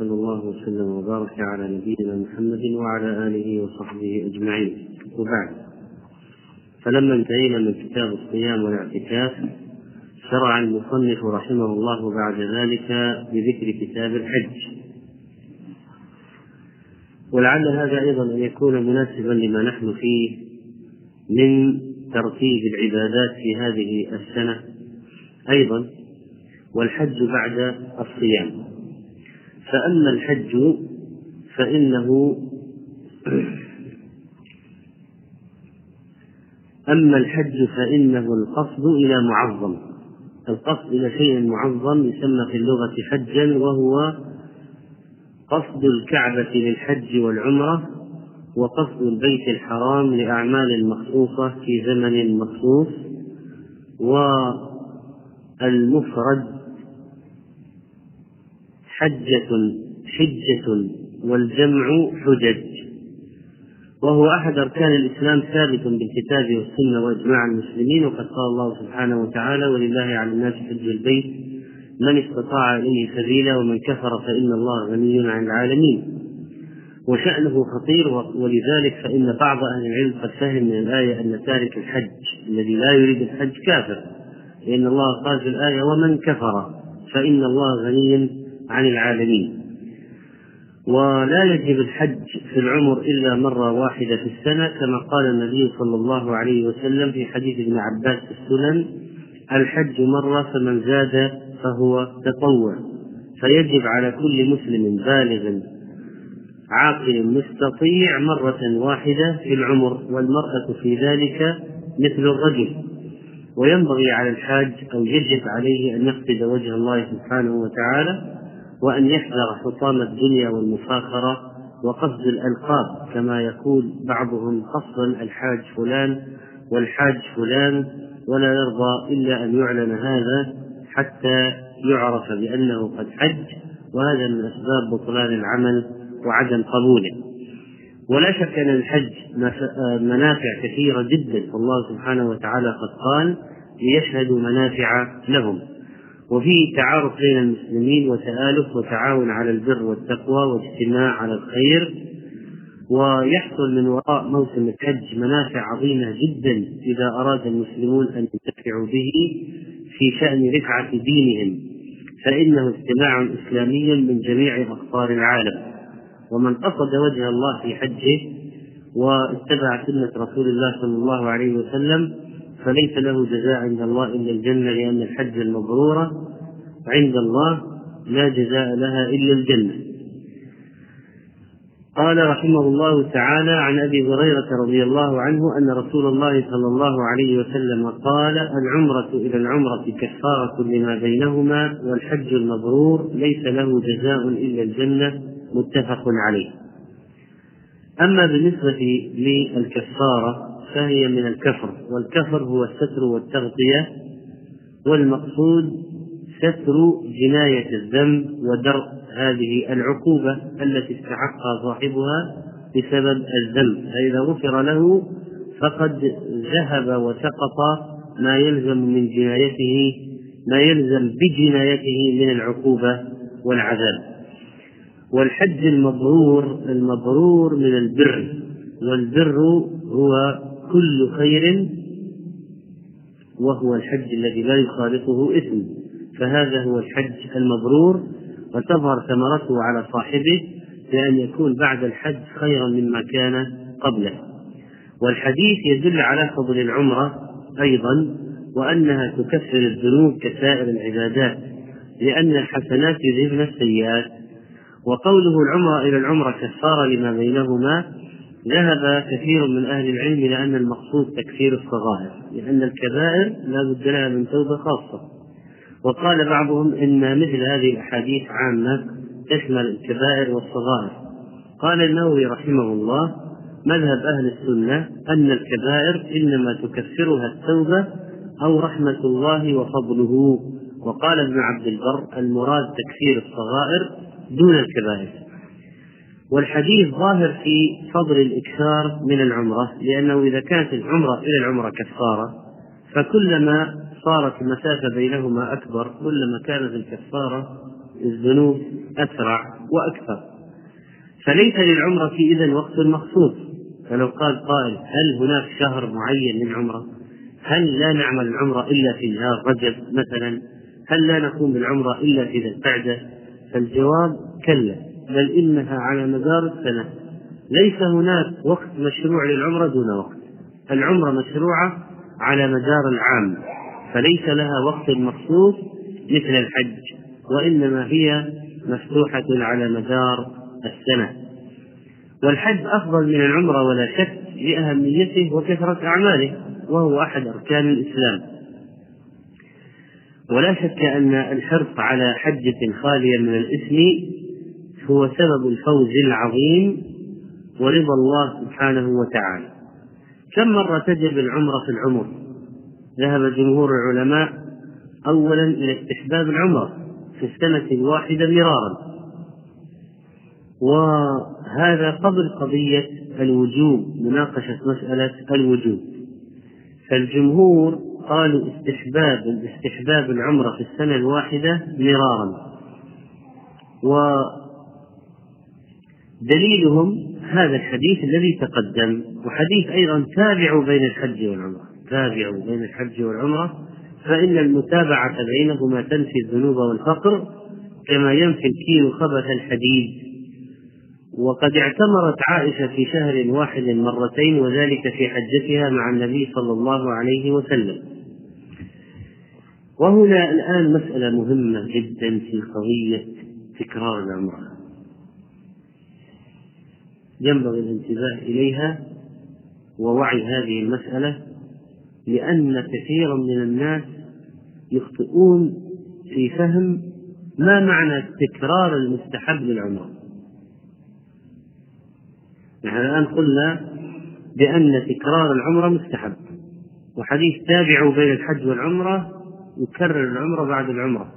وصلى الله وسلم وبارك على نبينا محمد وعلى آله وصحبه أجمعين، وبعد. فلما انتهينا من كتاب الصيام والاعتكاف شرع المصنف رحمه الله بعد ذلك بذكر كتاب الحج، ولعل هذا أيضا أن يكون مناسبا لما نحن فيه من ترتيب العبادات في هذه السنة أيضا، والحج بعد الصيام. فأما الحج فإنه القصد إلى معظم، القصد إلى شيء معظم يسمى في اللغة حجا، وهو قصد الكعبة للحج والعمرة، وقصد البيت الحرام لأعمال مخصوصة في زمن مخصوص. والمفرد حجة والجمع حجج، وهو أحد أركان الإسلام ثابت بالكتاب والسنة وإجماع المسلمين. وقد قال الله سبحانه وتعالى: ولله على الناس حج البيت من استطاع إليه سبيلا ومن كفر فإن الله غني عن العالمين. وشأنه خطير، ولذلك فإن بعض أهل العلم قد فهم من الآية أن تارك الحج الذي لا يريد الحج كافر، لأن الله قال في الآية: ومن كفر فإن الله غني عن العالمين. ولا يجب الحج في العمر إلا مرة واحدة في السنة، كما قال النبي صلى الله عليه وسلم في حديث ابن عباس في السنن: الحج مرة فمن زاد فهو تطوع. فيجب على كل مسلم بالغ عاقل مستطيع مرة واحدة في العمر، والمرأة في ذلك مثل الرجل. وينبغي على الحاج أو يجب عليه أن يقصد وجه الله سبحانه وتعالى، وأن يحذر حطام الدنيا والمفاخرة وقصد الألقاب، كما يقول بعضهم قصدا الحاج فلان والحاج فلان، ولا يرضى إلا أن يعلن هذا حتى يعرف بأنه قد حج، وهذا من أسباب بطلان العمل وعدم قبوله. ولا شك أن الحج منافع كثيرة جدا، والله سبحانه وتعالى قد قال: ليشهدوا منافع لهم. وفيه تعارف بين المسلمين وتآلف وتعاون على البر والتقوى واجتماع على الخير. ويحصل من وراء موسم الحج منافع عظيمة جدا إذا أراد المسلمون أن ينتفعوا به في شأن رفعة دينهم، فإنه اجتماع إسلامي من جميع أقطار العالم. ومن قصد وجه الله في حجه واتبع سنة رسول الله صلى الله عليه وسلم فليس له جزاء عند الله إلا الجنة، لأن الحج المبرورة عند الله لا جزاء لها إلا الجنة. قال رحمه الله تعالى: عن أبي هريرة رضي الله عنه أن رسول الله صلى الله عليه وسلم قال: العمرة إلى العمرة كفارة لما بينهما، والحج المبرور ليس له جزاء إلا الجنة، متفق عليه. أما بالنسبة للكفارة فهي من الكفر، والكفر هو الستر والتغطية، والمقصود ستر جناية الذنب ودرء هذه العقوبة التي استحقها صاحبها بسبب الذنب، فإذا غفر له فقد ذهب وسقط ما يلزم بجنايته من العقوبة والعذاب. والحج المبرور من البر، والبر هو كل خير، وهو الحج الذي لا يخالطه إثم، فهذا هو الحج المبرور، وتظهر ثمرته على صاحبه بأن يكون بعد الحج خيرا مما كان قبله. والحديث يدل على فضل العمرة أيضا، وأنها تكفر الذنوب كسائر العبادات، لأن الحسنات يذهبن السيئات. وقوله العمرة إلى العمرة كفارة لما بينهما، ذهب كثير من أهل العلم إلى أن المقصود تكفير الصغائر، لأن الكبائر لا بد لها من توبة خاصة. وقال بعضهم إن مثل هذه الأحاديث عامة تشمل الكبائر والصغائر. قال النووي رحمه الله: مذهب أهل السنة أن الكبائر إنما تكفرها التوبة أو رحمة الله وفضله. وقال ابن عبد البر: المراد تكفير الصغائر دون الكبائر. والحديث ظاهر في فضل الإكثار من العمرة، لأنه إذا كانت العمرة إلى العمرة كفارة، فكلما صارت المسافة بينهما أكبر كلما كانت الكفارة الذنوب أسرع وأكثر. فليس للعمرة إذن وقت مخصوص. فلو قال قائل هل هناك شهر معين للعمرة؟ هل لا نعمل العمرة إلا في شهر رجب مثلا؟ هل لا نقوم بالعمرة إلا في ذي القعدة؟ فالجواب كلا، بل إنها على مدار السنة. ليس هناك وقت مشروع للعمرة دون وقت. العمرة مشروعة على مدار العام، فليس لها وقت مخصوص مثل الحج، وإنما هي مفتوحة على مدار السنة. والحج أفضل من العمرة ولا شك لأهميته وكثرة أعماله، وهو أحد أركان الإسلام. ولا شك أن الحرص على حجة خالية من الإثم هو سبب الفوز العظيم ورضا الله سبحانه وتعالى. كم مرة تجب العمرة في العمر؟ ذهب جمهور العلماء أولا إلى استحباب العمرة في السنة الواحدة مرارا، وهذا قبل قضية الوجوب، مناقشة مسألة الوجوب. فالجمهور قالوا استحباب العمرة في السنة الواحدة مرارا، ودليلهم هذا الحديث الذي تقدم، وحديث أيضا تابعوا بين الحج والعمرة، فإن المتابعة بينهما تنفي الذنوب والفقر كما ينفي الكيل خبث الحديد. وقد اعتمرت عائشة في شهر واحد مرتين، وذلك في حجتها مع النبي صلى الله عليه وسلم. وهنا الآن مسألة مهمة جدا في قضية تكرار العمرة، ينبغي الانتباه إليها ووعي هذه المسألة، لأن كثيرا من الناس يخطئون في فهم ما معنى التكرار المستحب للعمرة. نحن الآن قلنا بأن تكرار العمرة مستحب، وحديث تابعوا بين الحج والعمرة يكرر العمرة بعد العمرة.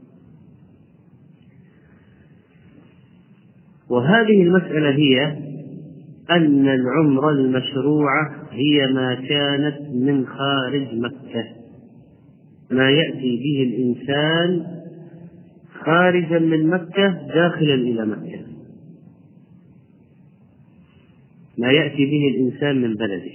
وهذه المسألة هي أن العمرة المشروعة هي ما كانت من خارج مكة، ما يأتي به الإنسان خارجا من مكة داخلا إلى مكة، ما يأتي به الإنسان من بلده،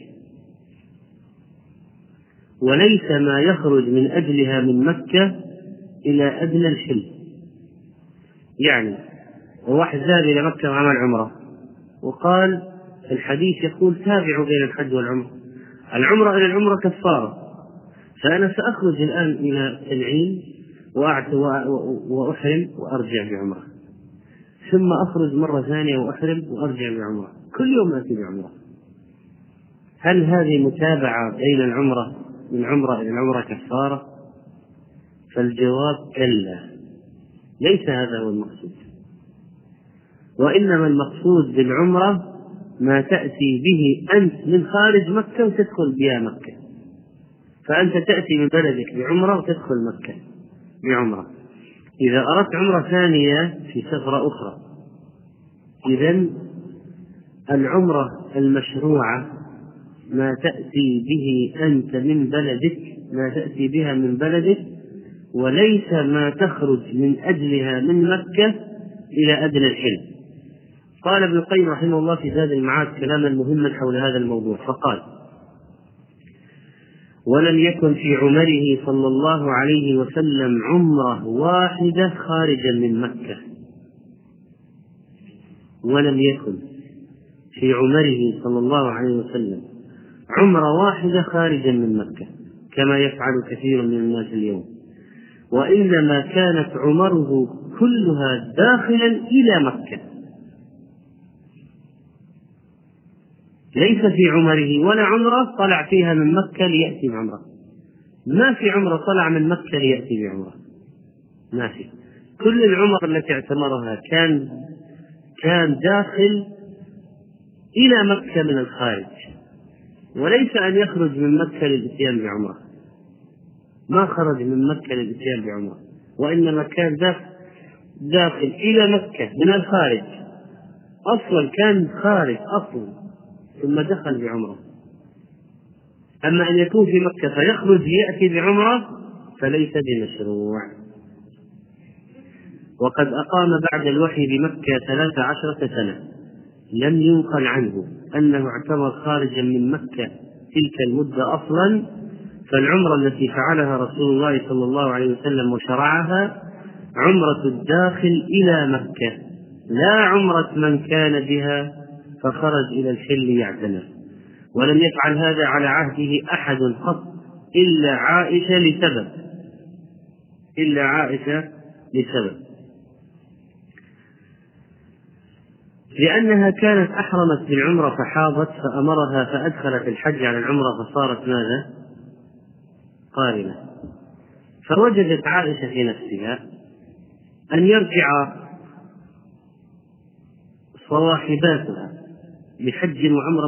وليس ما يخرج من أجلها من مكة إلى أدنى الحل. يعني واحد ذهب إلى مكة وعمل عمرة، وقال الحديث يقول تابعوا بين الحج والعمرة، العمرة إلى العمرة كفارة، فأنا سأخرج الآن إلى تنعيم وأحرم وأرجع بعمرة، ثم أخرج مرة ثانية وأحرم وأرجع بعمرة، كل يوم أتي بعمرة. هل هذه متابعة بين العمرة من عمرة إلى العمرة كفارة؟ فالجواب كلا، ليس هذا هو المقصود، وإنما المقصود بالعمرة ما تأتي به أنت من خارج مكة وتدخل بها مكة. فأنت تأتي من بلدك بعمرة وتدخل مكة بعمرة. إذا أردت عمرة ثانية في سفرة أخرى، إذن العمرة المشروعة ما تأتي به أنت من بلدك، ما تأتي بها من بلدك، وليس ما تخرج من أجلها من مكة إلى أدنى الحل. قال ابن القيم رحمه الله في زاد المعاد كلاما مهما حول هذا الموضوع، فقال: ولم يكن في عمره صلى الله عليه وسلم عمرة واحدة خارجا من مكة، ولم يكن في عمره صلى الله عليه وسلم عمرة واحدة خارجا من مكة كما يفعل كثير من الناس اليوم، وإنما كانت عمره كلها داخلا إلى مكة، ليس في عمره ولا عمرة طلع فيها من مكة ليأتي بعمرة، ما في عمرة طلع من مكة ليأتي بعمرة، ما في. كل العمر التي اعتمرها كان داخل إلى مكة من الخارج، وليس أن يخرج من مكة للإتيان بعمرة، ما خرج من مكة للإتيان بعمرة، وإنما كان داخل إلى مكة من الخارج، أصلا كان خارج أصلا ثم دخل بعمرة. أما أن يكون في مكة فيخرج يأتي بعمرة فليس بمشروع. وقد أقام بعد الوحي بمكة 13 سنة. لم ينقل عنه أنه اعتمر خارجا من مكة تلك المدة أصلا، فالعمرة التي فعلها رسول الله صلى الله عليه وسلم وشرعها عمرة الداخل إلى مكة، لا عمرة من كان بها فخرج إلى الحل يعتمر. ولم يفعل هذا على عهده أحد قط إلا عائشة لسبب، لأنها كانت أحرمت بالعمرة فحاضت فأمرها فأدخلت الحج على العمرة فصارت ماذا؟ قارنة. فوجدت عائشة في نفسها أن يرجع صواحباتها بحج وعمرة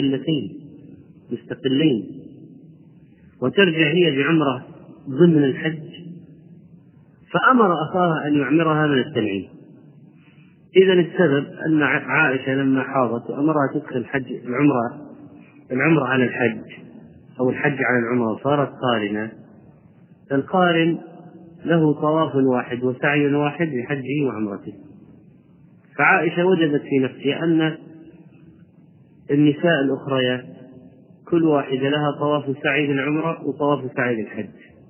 مستقلين وترجع هي بعمرة ضمن الحج، فأمر أخاها أن يعمرها من التنعيم. إذن السبب أن عائشة لما حاضت وأمرها تدخل العمرة على الحج أو الحج على العمرة صارت قارنة. القارن له طواف واحد وسعي واحد بحجه وعمرته. فعائشة وجدت في نفسها أن النساء الأخريات كل واحدة لها طواف سعي للعمرة وطواف سعي للحج،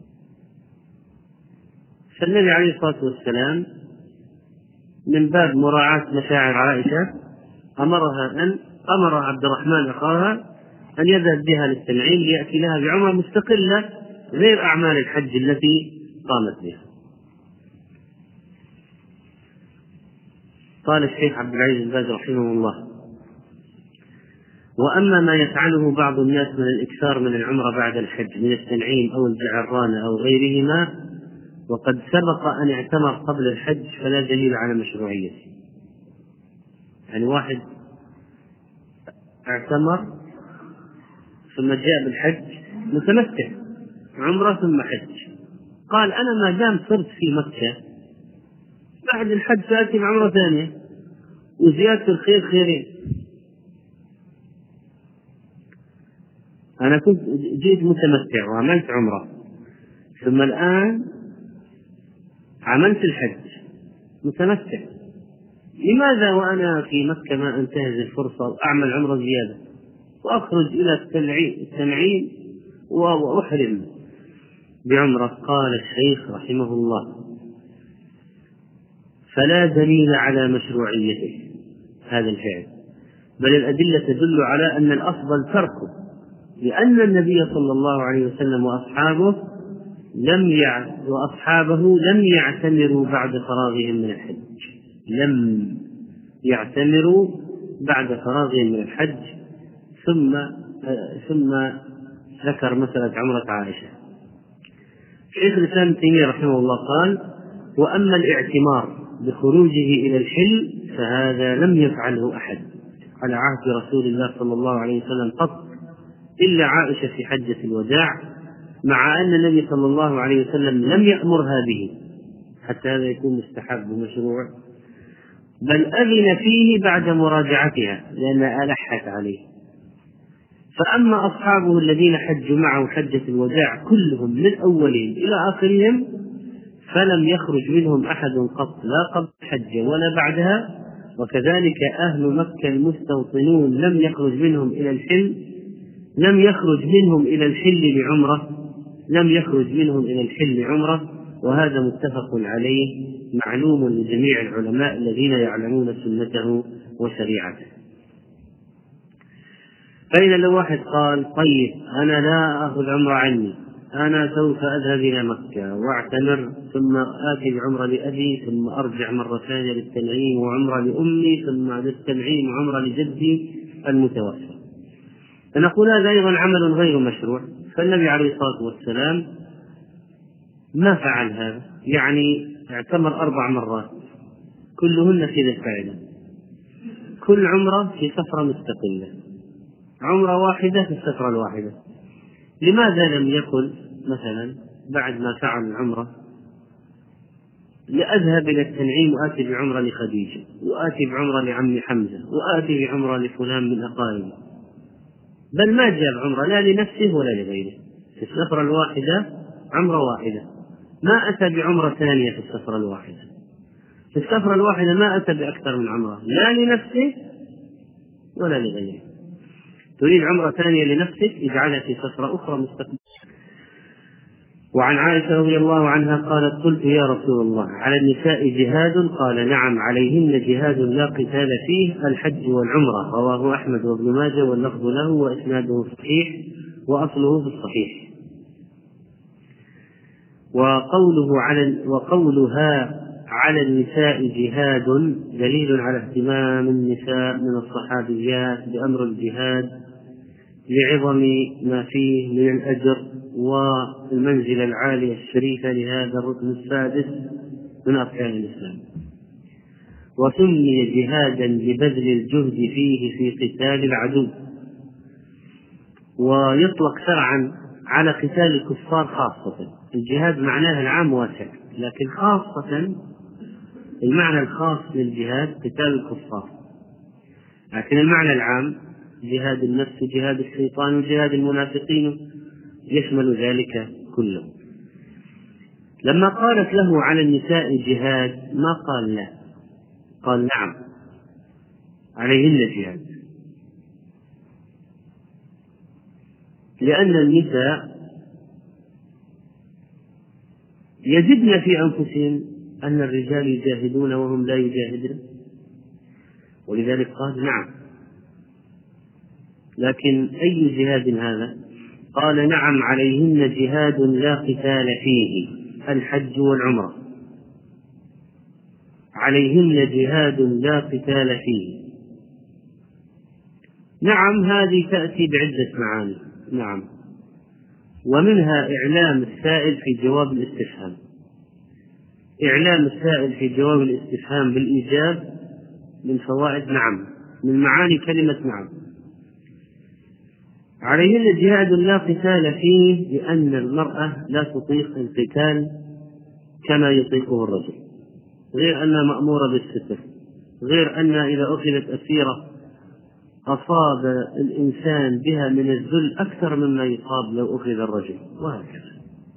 فالنبي عليه الصلاة والسلام من باب مراعاة مشاعر عائشة أمر عبد الرحمن أخاها أن يذهب بها للتنعيم ليأتي لها بعمرة مستقلة غير أعمال الحج التي قامت بها. قال الشيخ عبد العزيز بن باز رحمه الله: وأما ما يفعله بعض الناس من الإكثار من العمرة بعد الحج من التنعيم أو الجعرانة أو غيرهما وقد سبق أن اعتمر قبل الحج فلا دليل على مشروعيته. يعني واحد اعتمر ثم جاء بالحج متمتع عمرة ثم حج، قال أنا ما دام صرت في مكة بعد الحج سأتي بعمرة ثانية وزيادة الخير خيرين. أنا كنت جيت متمتع وعملت عمرة ثم الآن عملت الحج متمتع، لماذا وأنا في مكة ما أنتهز الفرصة وأعمل عمرة زيادة وأخرج إلى التنعيم وأحرم بعمرة؟ قال الشيخ رحمه الله: فلا دليل على مشروعيته هذا الفعل، بل الأدلة تدل على أن الأفضل تركه، لأن النبي صلى الله عليه وسلم وأصحابه لم يعتمروا بعد فراغهم من الحج. ثم ذكر مسألة عمرة عائشة. شيخ الإسلام ابن تيمية رحمه الله قال: وأما الاعتمار بخروجه إلى الحل فهذا لم يفعله أحد على عهد رسول الله صلى الله عليه وسلم قط إلا عائشة في حجة الوداع، مع أن النبي صلى الله عليه وسلم لم يأمرها به حتى هذا يكون مستحب ومشروع، بل أذن فيه بعد مراجعتها لأنها ألحت عليه. فأما أصحابه الذين حجوا معه حجة الوداع كلهم من أولهم إلى آخرهم فلم يخرج منهم أحد قط لا قبل الحجة ولا بعدها، وكذلك أهل مكة المستوطنون لم يخرج منهم إلى الحل لعمرة، وهذا متفق عليه معلوم لجميع العلماء الذين يعلمون سنته وشريعته. فإذا لو واحد قال: طيب أنا لا أخذ عمرة عني، أنا سوف أذهب إلى مكة وأعتمر ثم آتي بعمرة لأبي ثم أرجع مرة ثانية للتنعيم وعمرة لأمي ثم للتنعيم وعمرة لجدي المتوفى، فنقول هذا أيضا عمل غير مشروع. فالنبي عليه الصلاة والسلام ما فعل هذا، يعني اعتمر 4 مرات كلهن في ذي الفعل، كل عمرة في سفرة مستقلة، عمرة واحدة في السفرة الواحدة. لماذا لم يقل مثلا بعد ما فعل العمرة لأذهب إلى التنعيم وآتي بعمرة لخديجة وآتي بعمرة لعم حمزة وآتي بعمرة لفلان من أقاربه، بل ما جاب عمرة لا لنفسه ولا لغيره في السفرة الواحدة، عمرة واحدة، ما أتى بعمرة ثانية في السفرة الواحدة، في السفرة الواحدة ما أتى بأكثر من عمرة، لا لنفسه ولا لغيره. تريد عمرة ثانية لنفسك، اجعلها في سفرة أخرى مستقبلا. وعن عائشة رضي الله عنها قالت: قلت يا رسول الله على النساء جهاد؟ قال: نعم، عليهن جهاد لا قتال فيه، الحج والعمرة. رواه أحمد وابن ماجه واللفظ له وإسناده صحيح وأصله في الصحيح. وقولها على النساء جهاد دليل على اهتمام النساء من الصحابيات بأمر الجهاد لعظم ما فيه من الأجر والمنزلة العالية الشريفة لهذا الركن السادس من أركان الإسلام. وسمي جهادا لبذل الجهد فيه في قتال العدو، ويطلق شرعا على قتال الكفار خاصة. الجهاد معناه العام واسع، لكن خاصة المعنى الخاص للجهاد قتال الكفار، لكن المعنى العام جهاد النفس وجهاد الشيطان وجهاد المنافقين يشمل ذلك كله. لما قالت له على النساء جهاد ما قال لا، قال نعم عليهن جهاد، لأن النساء يجدن في أنفسهم أن الرجال يجاهدون وهم لا يجاهدون، ولذلك قال نعم. لكن أي جهاد هذا؟ قال نعم عليهن جهاد لا قتال فيه، الحج والعمرة. عليهن جهاد لا قتال فيه، نعم هذه تأتي بعدة معاني. نعم، ومنها إعلام السائل في جواب الاستفهام. إعلام السائل في جواب الاستفهام بالإيجاب من فوائد نعم، من معاني كلمة نعم. عليهن جهاد لا قتال فيه، لأن المرأة لا تطيق القتال كما يطيقه الرجل، غير أنها مأمورة بالستر، غير أن إذا أخذت أسيرة أصاب الإنسان بها من الذل أكثر مما يصاب لو أخذ الرجل، وهكذا.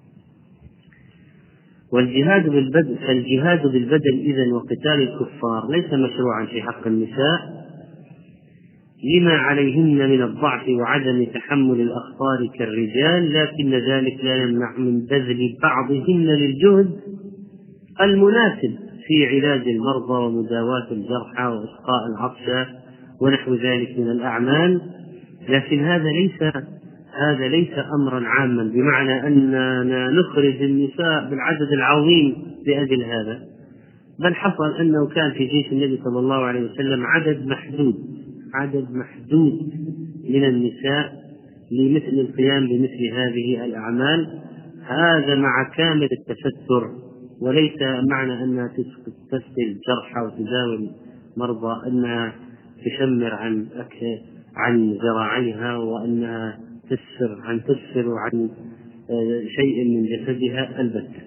فالجهاد بالبدن إذن وقتال الكفار ليس مشروعا في حق النساء لما عليهن من الضعف وعدم تحمل الأخطار كالرجال، لكن ذلك لا يمنع من بذل بعضهن للجهد المناسب في علاج المرضى ومداواة الجرحى وإسقاء العطشى ونحو ذلك من الأعمال. لكن هذا ليس أمرا عاما بمعنى أننا نخرج النساء بالعدد العظيم لأجل هذا، بل حصل أنه كان في جيش النبي صلى الله عليه وسلم عدد محدود من النساء لمثل القيام بمثل هذه الأعمال، هذا مع كامل التستر، وليس معنى أنها تسقي الجرحى وتداوي المرضى أنها تشمر عن ذراعيها وأنها تسفر عن شيء من جسدها البتة.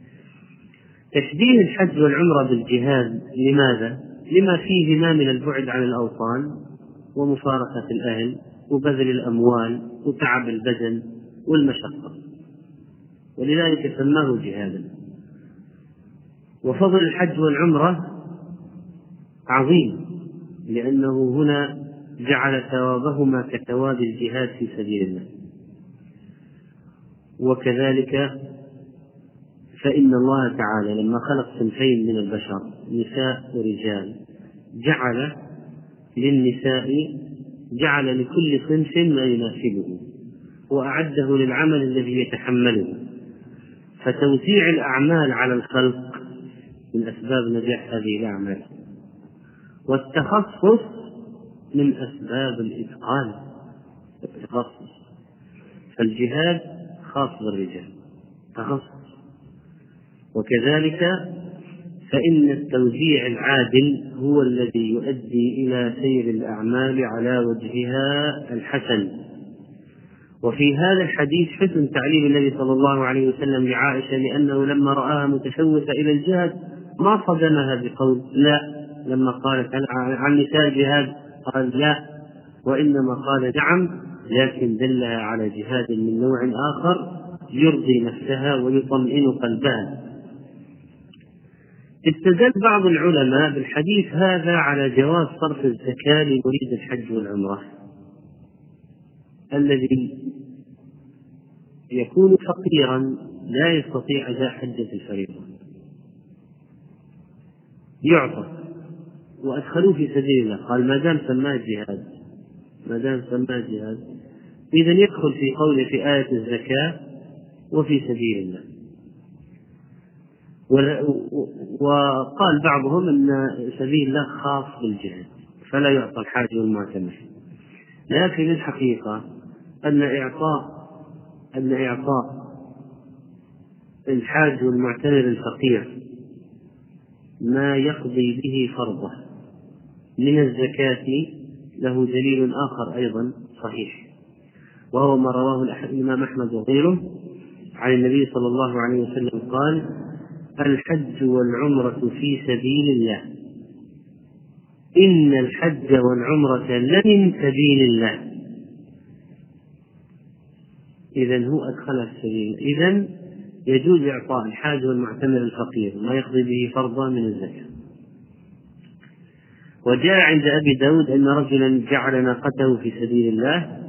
تشبيه الحج والعمرة بالجهاد لماذا؟ لما فيهما من البعد عن الأوطان ومفارقة الأهل وبذل الأموال وتعب البدن والمشقة، ولذلك سماه جهادا. وفضل الحج والعمرة عظيم، لأنه هنا جعل ثوابهما كثواب الجهاد في سبيل الله. وكذلك فإن الله تعالى لما خلق صنفين من البشر نساء ورجال جعل لكل صنف ما يناسبه وأعده للعمل الذي يتحمله، فتوزيع الأعمال على الخلق من أسباب نجاح هذه الأعمال، والتخصص من أسباب الإتقان. التخصص، فالجهاد خاص بالرجال تخصص، وكذلك فإن التوزيع العادل هو الذي يؤدي إلى سير الأعمال على وجهها الحسن. وفي هذا الحديث حسن تعليم النبي صلى الله عليه وسلم لعائشة، لأنه لما رآها متشوفة إلى الجهاد ما صدمها بقول لا، لما قالت عن نساء جهاد قال لا، وإنما قال نعم، لكن دلها على جهاد من نوع آخر يرضي نفسها ويطمئن قلبها. استدل بعض العلماء بالحديث هذا على جواز صرف الزكاة لمريد الحج والعمرة الذي يكون فقيرا لا يستطيع أداء حجة الفريضة، يعطى وأدخلوه في سبيل الله. قال ما دام سماه جهاد إذن يدخل في قوله في آية الزكاة وفي سبيل الله. وقال بعضهم أن سبيل الله خاص بالجهاد فلا يعطى الحاج والمعتمر، لكن الحقيقة أن إعطاء الحاج والمعتمر الفقير ما يقضي به فرضه من الزكاة له دليل آخر أيضا صحيح، وهو ما رواه الإمام أحمد وغيره عن النبي صلى الله عليه وسلم قال: الحج والعمرة في سبيل الله، إن الحج والعمرة لمن سبيل الله. إذن هو أدخل السبيل، إذن يجوز إعطاء الحاج والمعتمر الفقير ما يقضي به فرضا من الزكاة. وجاء عند أبي داود أن رجلا جعل ناقته في سبيل الله،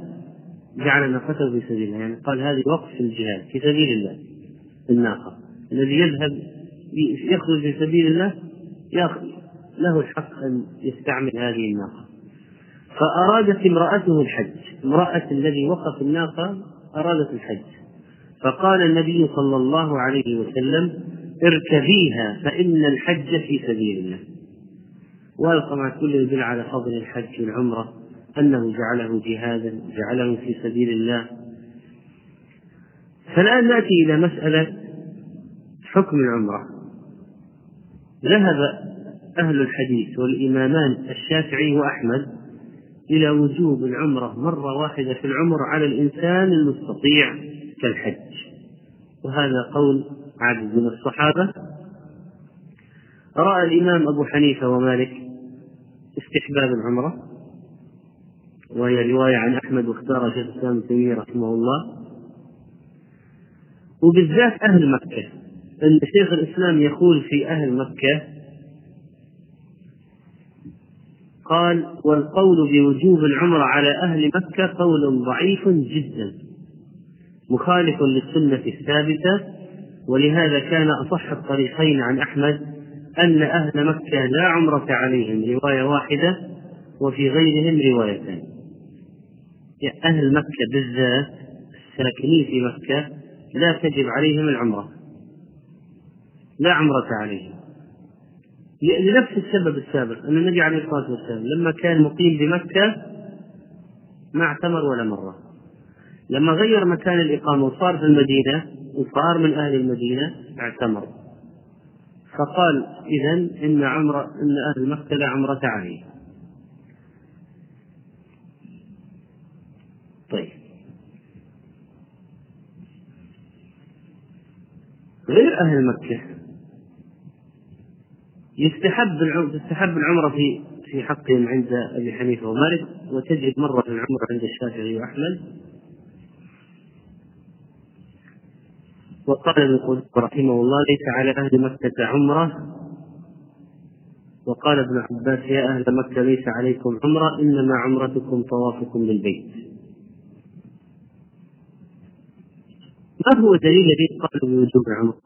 يعني قال هذه وقف الجهاد في سبيل الله. الناقة الذي يذهب يخرج في سبيل الله له الحق أن يستعمل هذه الناقة. فأرادت امرأته الحج، امرأة الذي وقف الناقة أرادت الحج، فقال النبي صلى الله عليه وسلم: اركبيها فإن الحج في سبيل الله. وطبعا كل يدل على فضل الحج والعمرة أنه جعله جهادا، جعله في سبيل الله. فالآن نأتي إلى مسألة حكم العمرة. ذهب أهل الحديث والإمامان الشافعي وأحمد إلى وجوب العمرة مرة واحدة في العمر على الإنسان المستطيع كالحج، وهذا قول عدد من الصحابة. رأى الإمام أبو حنيفة ومالك استحباب العمرة، وهي رواية عن أحمد واختار شيخ الإسلام ابن تيمية رحمه الله. وبالذات أهل مكة، أن شيخ الإسلام يقول في أهل مكة، قال: والقول بوجوب العمرة على أهل مكة قول ضعيف جدا مخالف للسنة الثابتة، ولهذا كان أصح الطريقين عن أحمد أن أهل مكة لا عمرة عليهم رواية واحدة، وفي غيرهم روايتان. يعني أهل مكة بالذات الساكنين في مكة لا تجب عليهم العمرة، لا عمرة عليهم، لنفس السبب السابق أن النبي عليه الصلاة والسلام لما كان مقيم بمكة ما اعتمر ولا مرة، لما غير مكان الإقامة وصار في المدينة وصار من أهل المدينة اعتمر. فقال: إذن إن أهل مكة لا عمرة عليه. طيب، غير أهل مكة تستحب العمرة في حقهم عند أبي حنيفة ومالك، وتجب مرة العمرة عند الشافعي وأحمد. وقال ابن قدامة رحمه الله: ليس على أهل مكة عمرة. وقال ابن عباس: يا أهل مكة ليس عليكم عمرة، إنما عمرتكم طوافكم بالبيت. ما هو دليل الذي قال بوجوب العمرة؟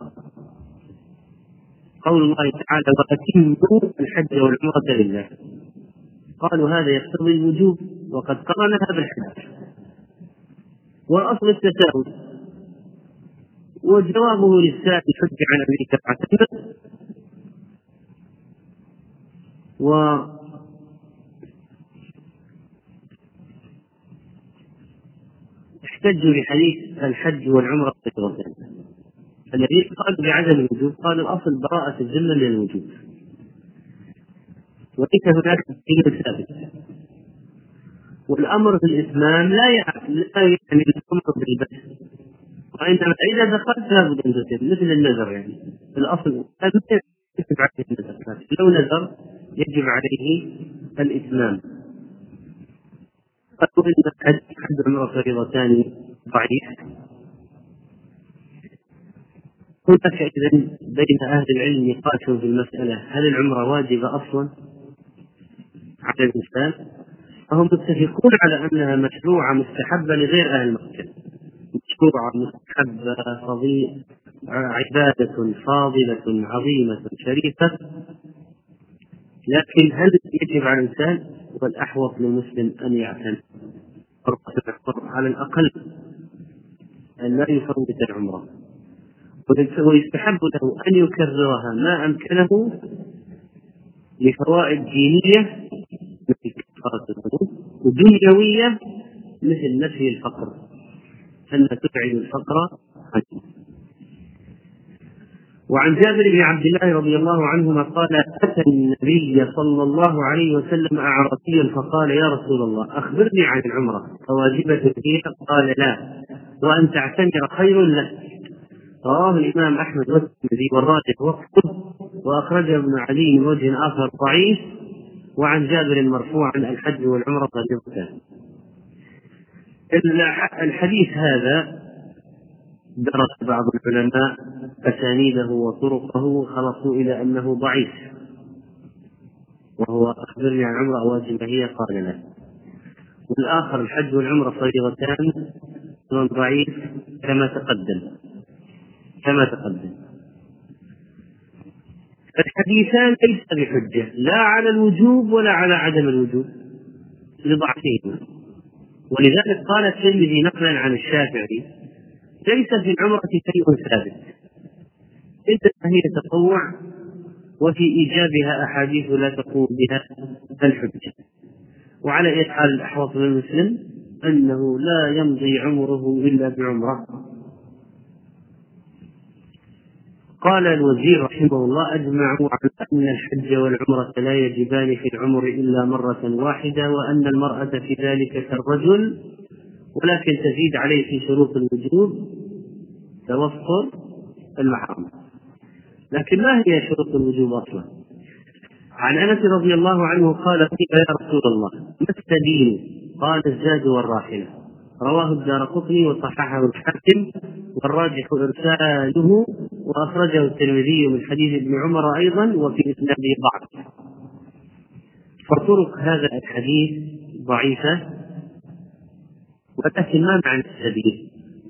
قول الله تعالى: وأتموا الحج والعمرة لله. قالوا هذا يقتضي الوجوب وقد قرنها بالحج، وأصل التساهل. وجوابه للسائل حج عن أمريكا فاعتمد، واحتجوا لحديث الحج والعمرة مرتين. الذي قال بعدم الوجوب قال الأصل براءة الذمة للوجوب، وليس هناك دليل ثابت. والأمر في الإسلام لا يعني الأمر بالبس، وإنما إذا دخلت لابد أن تتم، مثل النذر. يعني الأصل يجب عليه النذر، لو نذر يجب عليه الإتمام. قالوا إن حد العمرة فريضتان ضعيف، هناك إذن بين أهل العلم نقاش في المسألة: هل العمرة واجبة أصلا على الإنسان؟ فهم متفقون على أنها مشروعة مستحبة لغير أهل مكة، مشروعة مستحبة عبادة فاضلة عظيمة شريفة. لكن هل يجب على الإنسان؟ والأحوط للمسلم أن يعتمد على الأقل أن لا يفوت العمرة، ويستحب له أن يكررها ما أمكنه لفوائد دينية مثل كفارة الذنوب، ودنيوية مثل نفي الفقر، أن تبعد الفقر عنه. وعن جابر بن عبد الله رضي الله عنهما قال: أتى النبي صلى الله عليه وسلم أعرابي فقال: يا رسول الله، أخبرني عن العمرة، أواجبة هي؟ قال: لا، وأن تعتمر خير لك. رواه الإمام أحمد والترمذي والراجح وقفه، وأخرجه ابن علي من وجه آخر ضعيف. وعن جابر مرفوعا: الحج والعمرة فريضتان. الحديث هذا درس بعض العلماء أسانيده وطرقه وخلصوا إلى أنه ضعيف، وهو أخبرني عن عمرة واجبة هي؟ قال لا. والآخر: الحج والعمرة فريضتان، ضعيف كما تقدم. الحديثان ليس بحجة لا على الوجوب ولا على عدم الوجوب لضعفهما. ولذلك قال الترمذي نقلا عن الشافعي: ليس في العمرة شيء ثابت، إنما هي تطوع، وفي إيجابها أحاديث لا تقوم بها الحجة. وعلى أي حال الأحوط للمسلم أنه لا يمضي عمره إلا بعمرة. قال الوزير رحمه الله: أجمعوا على أن الحج والعمرة لا يجبان في العمر إلا مرة واحدة، وأن المرأة في ذلك كالرجل، ولكن تزيد عليه في شروط الوجوب توفر المحرم. لكن ما هي شروط الوجوب أصلا؟ عن أنس رضي الله عنه قال: قيل: يا رسول الله، ما السبيل؟ قال: الزاد والراحلة. رواه الدارقطني وصححه الحاكم، والراجح إرساله، وأخرجه الترمذي من حديث ابن عمر أيضا، وفي إسناده ضعف. فطرق هذا الحديث ضعيفة. ولكن ما معنى السبيل؟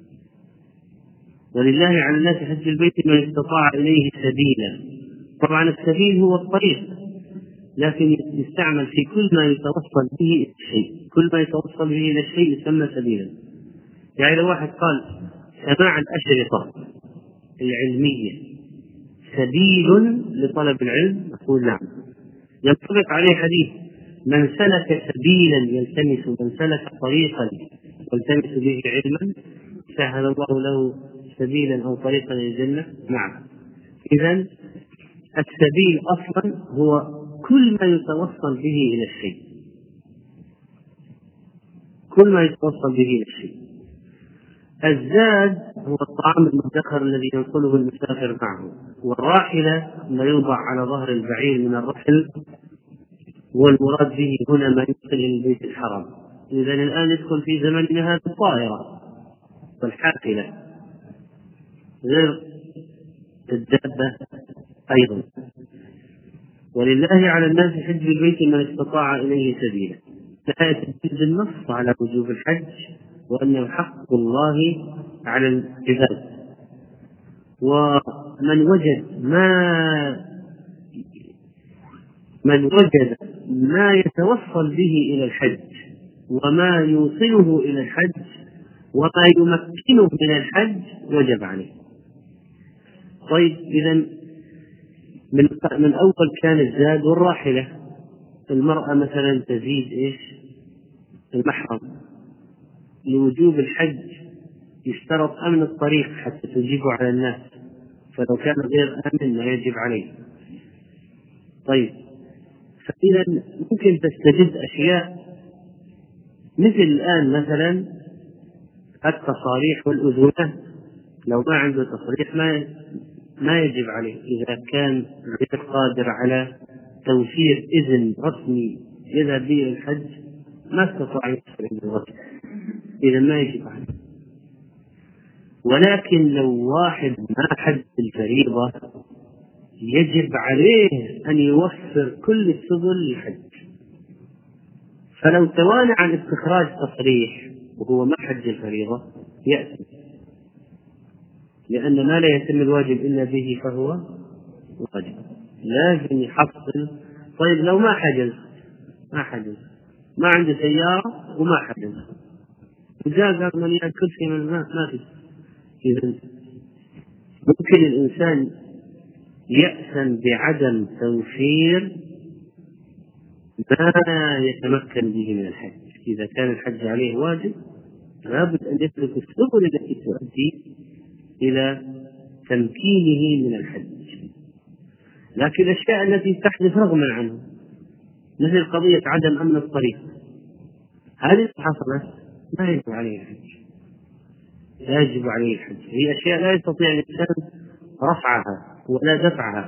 ولله على الناس حج البيت من استطاع إليه سبيلا. طبعا السبيل هو الطريق، لكن يستعمل في كل ما يتوصل به إلى الشيء، كل ما يتوصل به إلى الشيء يسمى سبيلا. يعني لو واحد قال: سماع الأشرطة العلمية سبيل لطلب العلم، نقول نعم. ينطبق عليه حديث: من سلك سبيلا من سلك طريقا يلتمس به علما سهل الله له سبيلا أو طريقا إلى الجنة. نعم. إذن السبيل أصلا هو كل ما يتوصل به إلى الشيء، كل ما يتوصل به إلى الشيء. الزاد هو الطعام المدخر الذي ينقله المسافر معه، والراحلة ما يوضع على ظهر البعير من الرحل، والمراد به هنا ما يوصل إلى البيت الحرام. إذن الآن ندخل في زمننا هذا الطائرة والحافلة غير الدابة أيضا. ولله على الناس حج البيت من استطاع إليه سبيلا. الآية تدل بالنص على وجوب الحج، وأنه حق الله على العباد. ومن وجد ما يتوصل به إلى الحج، وما يوصله إلى الحج، وما يمكنه من الحج، وجب عليه. طيب، إذن من أول كان الزاد والراحلة. المرأة مثلا تزيد المحرم. لوجوب الحج يشترط أمن الطريق حتى تجيبه على الناس، فلو كان غير آمن لا يجب عليه. طيب، فإذا ممكن تستجد أشياء مثل الآن مثلا التصاريح والأذونة. لو ما عنده تصريح ما يجب عليه. إذا كان غير قادر على توفير إذن رسمي يذهب به إلى الحج، ما استطاع يدخل عند الرجل، إذا ما يجب عليه. ولكن لو واحد ما حج الفريضة يجب عليه أن يوفر كل السبل للحج، فلو توانى عن استخراج تصريح وهو ما حج الفريضة يأتي، لأن ما لا يتم الواجب إلا به فهو واجب، لازم يحصل. طيب لو ما حجز ما عنده سيارة وما حجز وجاء قال من يأكل في من الماء ما في، إذن ممكن الإنسان يأثم بعدم توفير ما يتمكن به من الحج. إذا كان الحج عليه واجب لابد أن يسلك السبل التي تؤدي إلى تمكينه من الحج. لكن الأشياء التي تحدث رغما عنه مثل قضية عدم أمن الطريق، هذه حصلت لا يجب عليه الحج، لا يجب عليه الحج. هي أشياء لا يستطيع الإنسان رفعها ولا دفعها.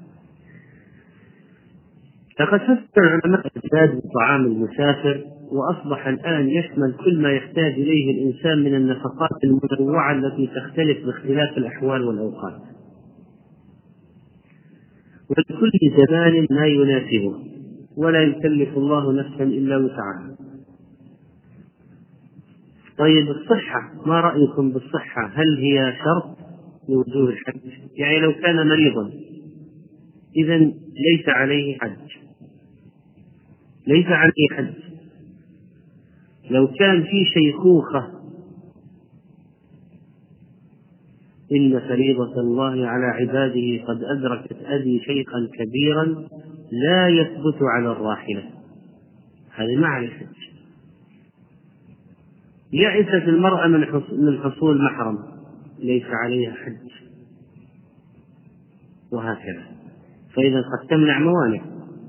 لقد فسر العلماء الزاد بطعام المسافر، وأصبح الآن يشمل كل ما يحتاج إليه الإنسان من النفقات المنوعة التي تختلف باختلاف الأحوال والأوقات، ولكل زمان ما يناسبه، ولا يكلف الله نفسا إلا وسعها. طيب الصحة، ما رأيكم بالصحة؟ هل هي شرط لوجوب الحج؟ يعني لو كان مريضا إذن ليس عليه حج، ليس عليه حج. لو كان في شيخوخة، إن فريضة الله على عباده قد أدركت أبي شيخا كبيرا لا يثبت على الراحلة، هذه ما عليه حج. يئست المرأة من حصول محرم ليس عليها حج، وهكذا. فإذا قد تمنع موانع.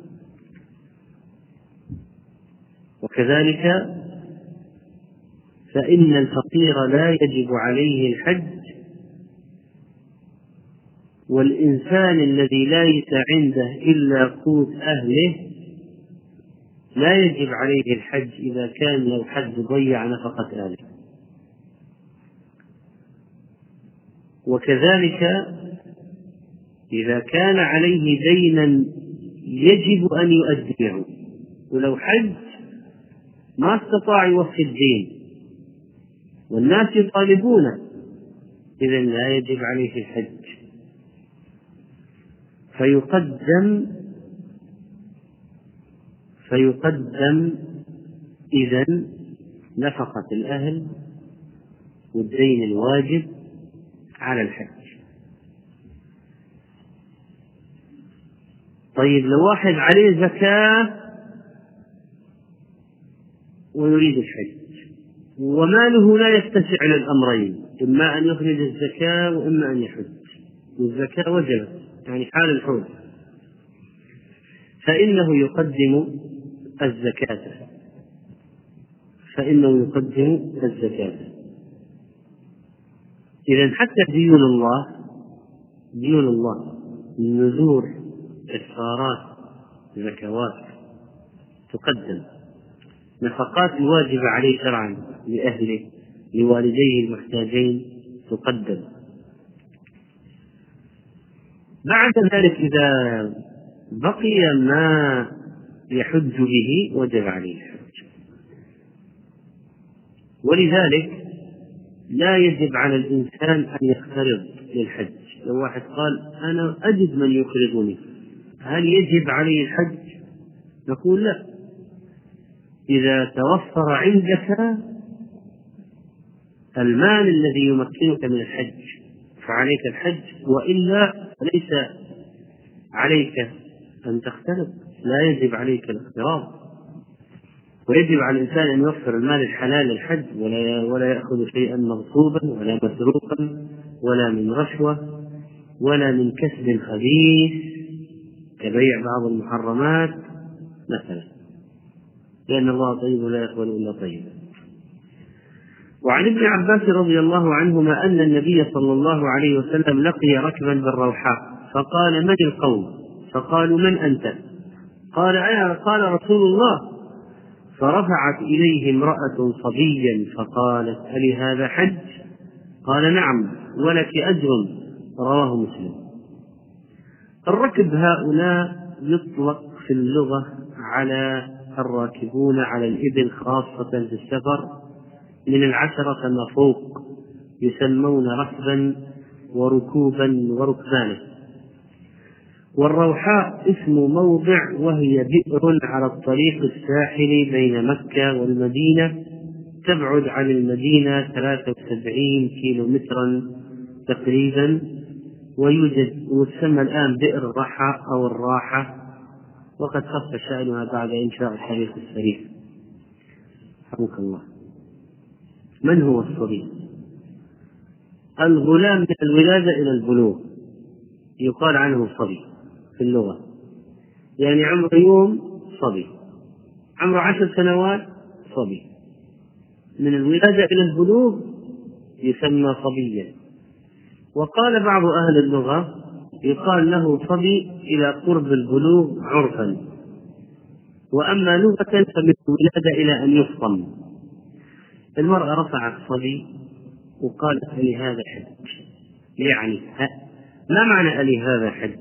وكذلك فإن الفقير لا يجب عليه الحج، والإنسان الذي ليس عنده إلا قوت أهله لا يجب عليه الحج إذا كان لو حج ضيع نفقة أهله. وكذلك إذا كان عليه دينا يجب أن يؤديه، ولو حج ما استطاع يوفي الدين والناس يطالبونه، إذن لا يجب عليه الحج. فيقدم إذن نفقة الأهل والدين الواجب على الحج. طيب لو واحد عليه زكاة ويريد الحج وماله لا يتسع للأمرين، إما أن يخرج الزكاة وإما أن يحج، والزكاة وجبت يعني حال الحول، فإنه يقدم الزكاة. إذن حتى ديون الله النذور، كفارات، زكوات تقدم. نفقات الواجبة عليه شرعا لأهله لوالديه المحتاجين تقدم. بعد ذلك إذا بقي ما يحج به وجب عليه الحج. ولذلك لا يجب على الإنسان أن يقترض للحج. لو واحد قال أنا أجد من يقرضني، هل يجب عليه الحج؟ نقول لا. إذا توفر عندك المال الذي يمكنك من الحج فعليك الحج، وإلا ليس عليك أن تقترض، لا يجب عليك الاقتراض. ويجب على الإنسان أن يوفر المال الحلال للحج، ولا يأخذ شيئا مغصوبا ولا مسروقا ولا من رشوة ولا من كسب خبيث كبيع بعض المحرمات مثلا، لأن الله طيب لا يقبل إلا طيبا. وعن ابن عباس رضي الله عنهما أن النبي صلى الله عليه وسلم لقي ركبا بالروحاء فقال من القوم؟ فقالوا من أنت؟ قال رسول الله. فرفعت إليه امرأة صبيا فقالت ألي هذا حج؟ قال نعم ولك أجر، رواه مسلم. الركب هؤلاء يطلق في اللغة على الراكبون على الإبل خاصة في السفر من 10 فما فوق، يسمون ركبا وركوبا وركبانا. والروحاء اسم موضع، وهي بئر على الطريق الساحلي بين مكة والمدينة، تبعد عن المدينة 73 كيلومترا تقريبا، وتسمى الآن بئر الرحى أو الراحة، وقد خف شأنها بعد إنشاء الطريق السريع. رحمك الله. من هو الصبي؟ الغلام من الولادة إلى البلوغ يقال عنه صبي في اللغة، يعني عمره يوم صبي، عمره 10 سنوات صبي، من الولادة إلى البلوغ يسمى صبيا. وقال بعض أهل اللغة يقال له صبي إلى قرب البلوغ عرفا، وأما لغة فمن الولادة إلى أن يفطم. المرأة رفعت صبي وقالت ألي هذا حج، يعني ما معنى ألي هذا حج؟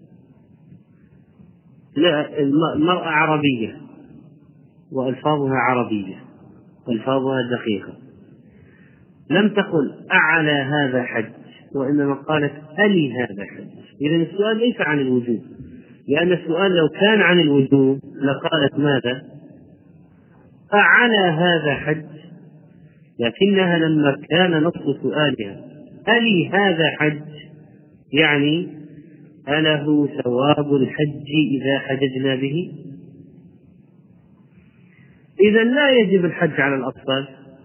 لا، المرأة عربية وألفاظها عربية وألفاظها دقيقة، لم تقل أعلى هذا حج، وإنما قالت ألي هذا حج. إذن السؤال ليس عن الوجوب، لأن السؤال لو كان عن الوجوب لقالت ماذا؟ أعلى هذا حج، لكنها لما كان نص سؤالها ألي هذا حج، يعني أله ثواب الحج إذا حججنا به؟ إذن لا يجب الحج على الأطفال،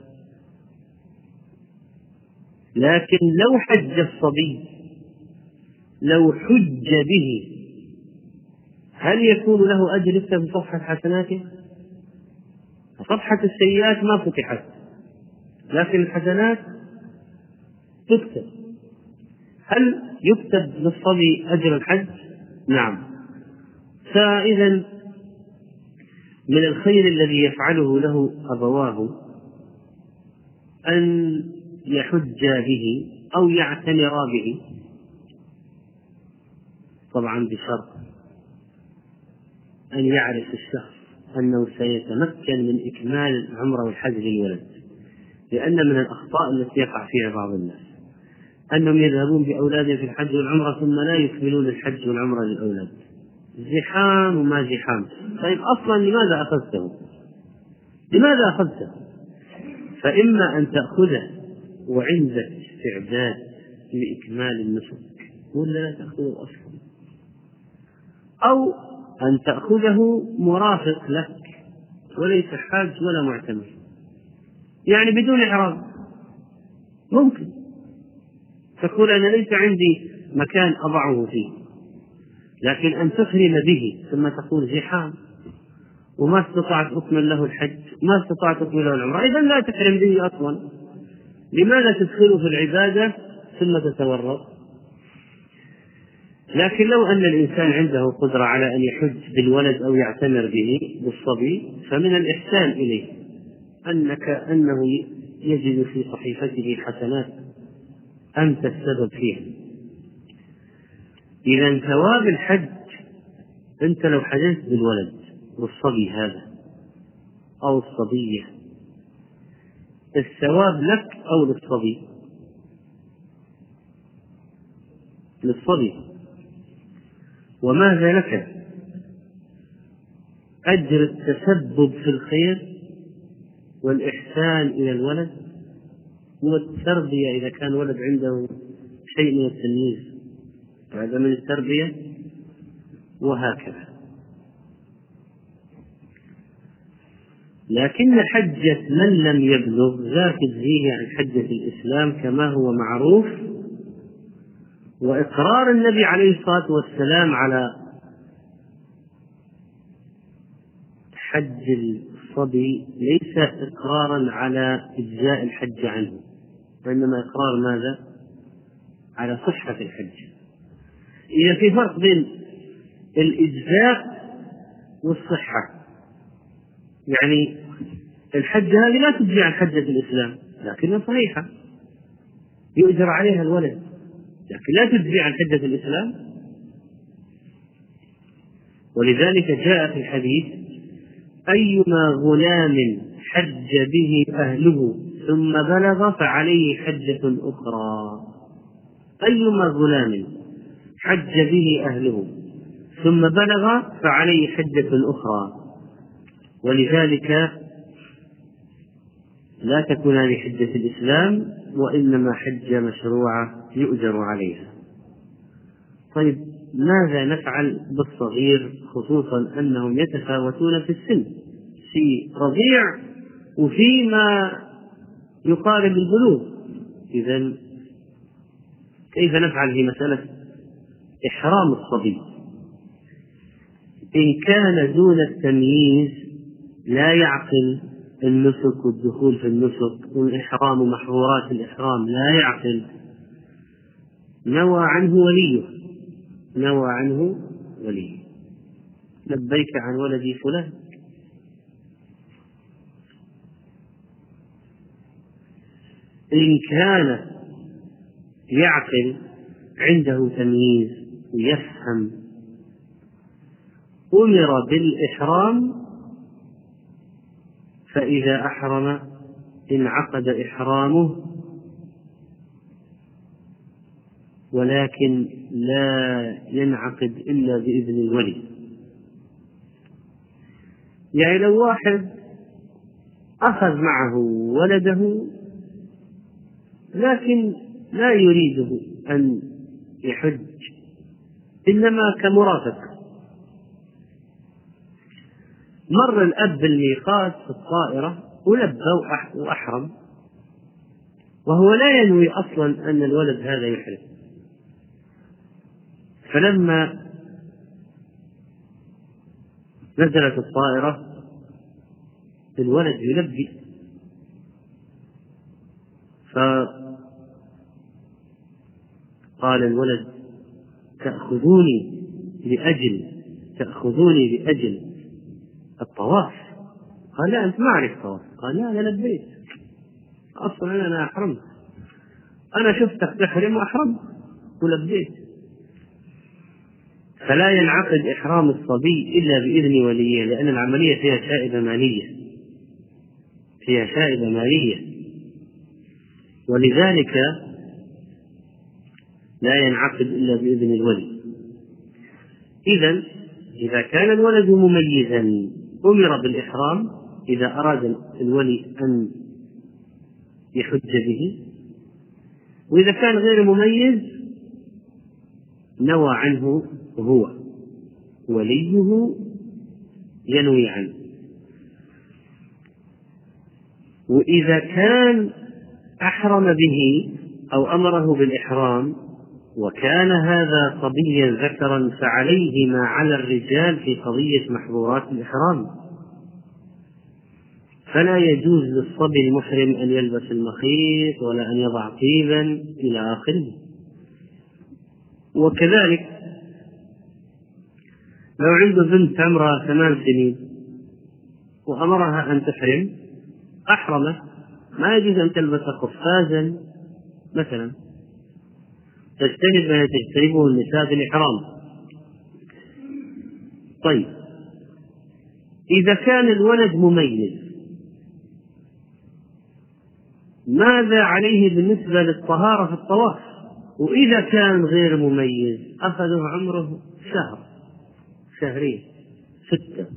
لكن لو حج الصبي، لو حج به، هل يكون له أجر يكتب في صفحة حسناته؟ صفحة السيئات ما فتحت، لكن الحسنات تكتب. هل يكتب للصبي أجر الحج؟ نعم. فإذا من الخير الذي يفعله له أبواه أن يحج به أو يعتمر به، طبعا بشرط أن يعرف الشخص أنه سيتمكن من إكمال العمرة والحج للولد، لأن من الأخطاء التي يقع فيها بعض الناس أنهم يذهبون بأولادهم في الحج والعمرة ثم لا يكملون الحج والعمرة للأولاد، زحام وما زحام. طيب أصلا لماذا أخذته؟ لماذا أخذته؟ فإما أن تأخذه وعندك استعداد لإكمال النسك ولا لا تأخذه أصلا، أو أن تأخذه مرافق لك وليس حاج ولا معتمر، يعني بدون إحرام. ممكن تقول أنا ليس عندي مكان أضعه فيه، لكن أن تحرم به ثم تقول زحام وما استطعت أكمل له الحج، ما استطعت أكمل له العمرة، إذن لا تحرم به أصلا. لماذا تدخله في العبادة ثم تتورط؟ لكن لو أن الإنسان عنده قدرة على أن يحج بالولد أو يعتمر به بالصبي، فمن الإحسان إليه أنه يجد في صحيفته حسنات أنت السبب فيها. إذا ثواب الحج، أنت لو حجزت بالولد والصبي هذا أو الصبية، الثواب لك أو للصبي؟ للصبي. وماذا لك؟ أجر التسبب في الخير والإحسان إلى الولد والتربية، إذا كان ولد عنده شيء من التمييز هذا من التربية، وهكذا. لكن حجة من لم يبلغ لا تجزيه عن حجة الإسلام كما هو معروف. وإقرار النبي عليه الصلاة والسلام على حج الصبي ليس إقرارا على إجزاء الحج عنه، وإنما إقرار ماذا؟ على صحة الحج. إذا في فرق بين الإجزاء والصحة، يعني الحج هذه لا تجزي عن حجة الإسلام لكنها صحيحة، يؤجر عليها الولد، لكن لا تجزي عن حجة الإسلام. ولذلك جاء في الحديث: أيما غلام حج به أهله ثم بلغ فعليه حجة أخرى. أيما غلام حج به أهله ثم بلغ فعليه حجة أخرى. ولذلك لا تكون هذه حجة الإسلام، وإنما حجة مشروعة يؤجر عليها. طيب، ماذا نفعل بالصغير، خصوصا أنهم يتفاوتون في السن، في رضيع وفيما يقارب البلوغ؟ إذن كيف نفعل في مسألة إحرام الصبي؟ إن كان دون التمييز لا يعقل النسك والدخول في النسك والإحرام ومحظورات الإحرام، لا يعقل، نوى عنه وليه: لبيك عن ولدي فلان. إن كان يعقل عنده تمييز ويفهم أمر بالإحرام، فإذا أحرم انعقد إحرامه، ولكن لا ينعقد إلا بإذن الولي. يعني لو واحد أخذ معه ولده لكن لا يريده أن يحج، إنما كمرافق، مر الأب بالميقات في الطائرة ولبى وأحرم، وهو لا ينوي أصلا أن الولد هذا يحرم، فلما نزلت الطائرة الولد يلبي، فقال الولد: تأخذوني لأجل الطواف؟ قال: لا، أنت ما أعرف طواف. قال: لا، أنا لبيت أصلا، أنا أحرمت، أنا شفتك تحرم وأحرمت ولبيت. فلا ينعقد إحرام الصبي إلا بإذن وليه، لأن العملية فيها شائبة مالية، ولذلك لا ينعقد إلا بإذن الولي. إذا كان الولد مميزا أمر بالإحرام إذا أراد الولي أن يحج به، وإذا كان غير مميز نوى عنه هو، وليه ينوي عنه. وإذا كان أحرم به أو أمره بالإحرام وكان هذا صبيا ذكرا فعليه ما على الرجال في قضية محظورات الإحرام، فلا يجوز للصبي المحرم أن يلبس المخيط ولا أن يضع طيبا إلى آخره. وكذلك لو عنده بنت عمرها 8 سنين وأمرها أن تحرم أحرمت، ما يجوز أن تلبس قفازا مثلا، تجتنب ما تجتنبه النساء في الإحرام. طيب، إذا كان الولد مميز ماذا عليه بالنسبة للطهارة في الطواف؟ وإذا كان غير مميز أخذه عمره شهرين 6،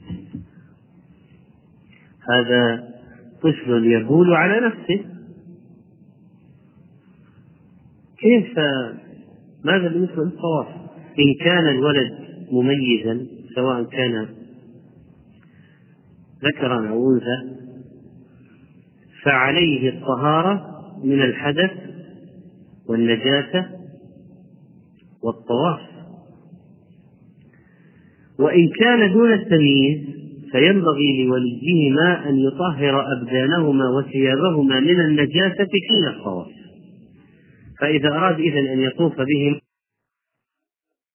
هذا طفل يبول على نفسه، كيف؟ ماذا بالنسبة للطواف؟ إن كان الولد مميزا سواء كان ذكرا أو أنثى فعليه الطهارة من الحدث والنجاسة والطواف. وإن كان دون التمييز فينبغي لوليهما أن يطهر أبدانهما وثيابهما من النجاسة حين الطواف. فإذا أراد إذن أن يطوف بهم